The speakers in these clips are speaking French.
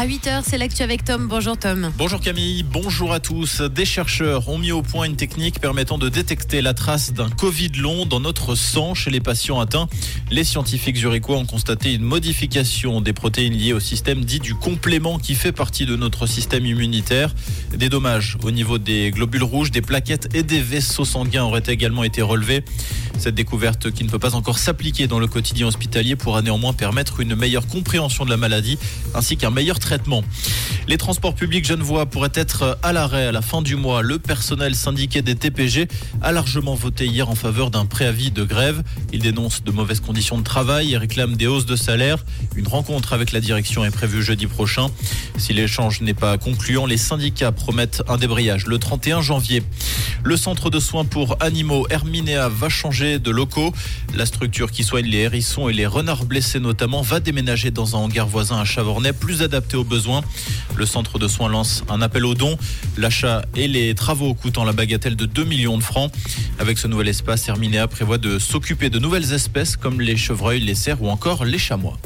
8h, c'est l'actu avec Tom. Bonjour Tom. Bonjour Camille, bonjour à tous. Des chercheurs ont mis au point une technique permettant de détecter la trace d'un Covid long dans notre sang chez les patients atteints. Les scientifiques zurichois ont constaté une modification des protéines liées au système dit du complément qui fait partie de notre système immunitaire. Des dommages au niveau des globules rouges, des plaquettes et des vaisseaux sanguins auraient également été relevés. Cette découverte qui ne peut pas encore s'appliquer dans le quotidien hospitalier pourra néanmoins permettre une meilleure compréhension de la maladie ainsi qu'un meilleur traitement. Les transports publics genevois pourraient être à l'arrêt à la fin du mois. Le personnel syndiqué des TPG a largement voté hier en faveur d'un préavis de grève. Il dénonce de mauvaises conditions de travail et réclame des hausses de salaire. Une rencontre avec la direction est prévue jeudi prochain. Si l'échange n'est pas concluant, les syndicats promettent un débrayage le 31 janvier. Le centre de soins pour animaux Herminea va changer de locaux. La structure qui soigne les hérissons et les renards blessés notamment va déménager dans un hangar voisin à Chavornay, plus adapté aux besoins. Le centre de soins lance un appel aux dons. L'achat et les travaux coûtant la bagatelle de 2 millions de francs. Avec ce nouvel espace, Herminea prévoit de s'occuper de nouvelles espèces comme les chevreuils, les cerfs ou encore les chamois.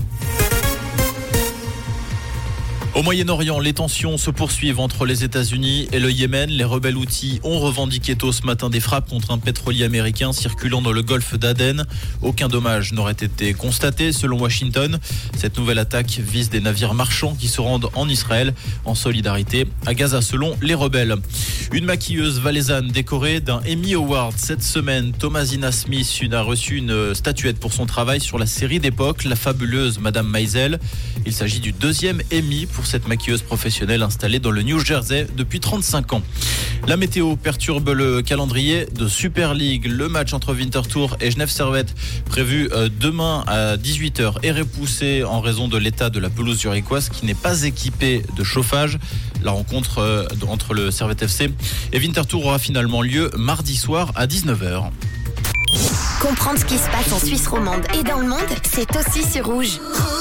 Au Moyen-Orient, les tensions se poursuivent entre les États-Unis et le Yémen. Les rebelles houthis ont revendiqué tôt ce matin des frappes contre un pétrolier américain circulant dans le golfe d'Aden. Aucun dommage n'aurait été constaté selon Washington. Cette nouvelle attaque vise des navires marchands qui se rendent en Israël en solidarité à Gaza selon les rebelles. Une maquilleuse valaisanne décorée d'un Emmy Award cette semaine. Thomasina Smith a reçu une statuette pour son travail sur la série d'époque, La fabuleuse Madame Maisel. Il s'agit du deuxième Emmy pour cette maquilleuse professionnelle installée dans le New Jersey depuis 35 ans. La météo perturbe le calendrier de Super League. Le match entre Winterthur et Genève Servette prévu demain à 18h est repoussé en raison de l'état de la pelouse zurichoise qui n'est pas équipée de chauffage. La rencontre entre le Servette FC et Winterthur aura finalement lieu mardi soir à 19h. Comprendre ce qui se passe en Suisse romande et dans le monde, c'est aussi sur Rouge.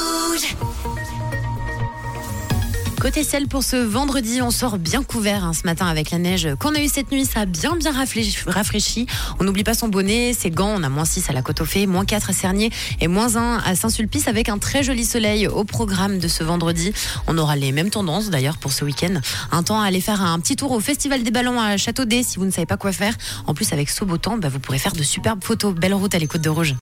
Côté ciel pour ce vendredi, on sort bien couvert ce matin avec la neige qu'on a eu cette nuit. Ça a bien rafraîchi. On n'oublie pas son bonnet, ses gants. On a -6 à la Côte-aux-Fées, -4 à Cernier et -1 à Saint-Sulpice avec un très joli soleil au programme de ce vendredi. On aura les mêmes tendances d'ailleurs pour ce week-end. Un temps à aller faire un petit tour au Festival des Ballons à Châteaudet si vous ne savez pas quoi faire. En plus avec ce beau temps, vous pourrez faire de superbes photos. Belle route à l'écoute de Rouge.